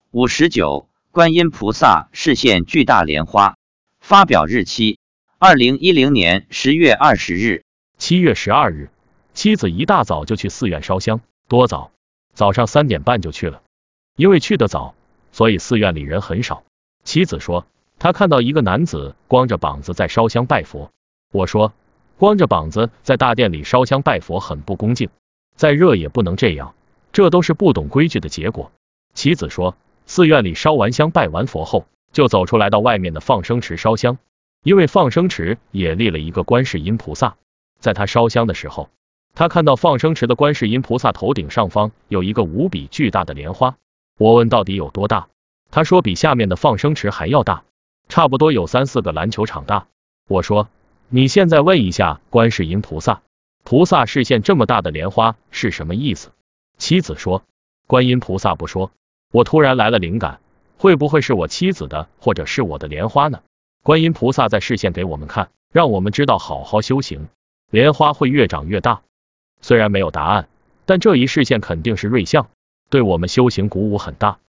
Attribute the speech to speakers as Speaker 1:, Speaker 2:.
Speaker 1: 59观音菩萨示现巨大莲花。发表日期2010年10月20日。
Speaker 2: 7月12日，妻子一大早就去寺院烧香，多早，早上3点半就去了。因为去得早，所以寺院里人很少。妻子说，她看到一个男子光着膀子在烧香拜佛。我说，光着膀子在大殿里烧香拜佛很不恭敬，再热也不能这样，这都是不懂规矩的结果。妻子说，寺院里烧完香拜完佛后，就走出来到外面的放生池烧香，因为放生池也立了一个观世音菩萨。在他烧香的时候，他看到放生池的观世音菩萨头顶上方有一个无比巨大的莲花。我问到底有多大，他说比下面的放生池还要大，差不多有3-4个篮球场大。我说，你现在问一下观世音菩萨，菩萨示现这么大的莲花是什么意思？妻子说，观音菩萨不说。我突然来了灵感，会不会是我妻子的或者是我的莲花呢？观音菩萨在示现给我们看，让我们知道好好修行，莲花会越长越大。虽然没有答案，但这一示现肯定是瑞相，对我们修行鼓舞很大。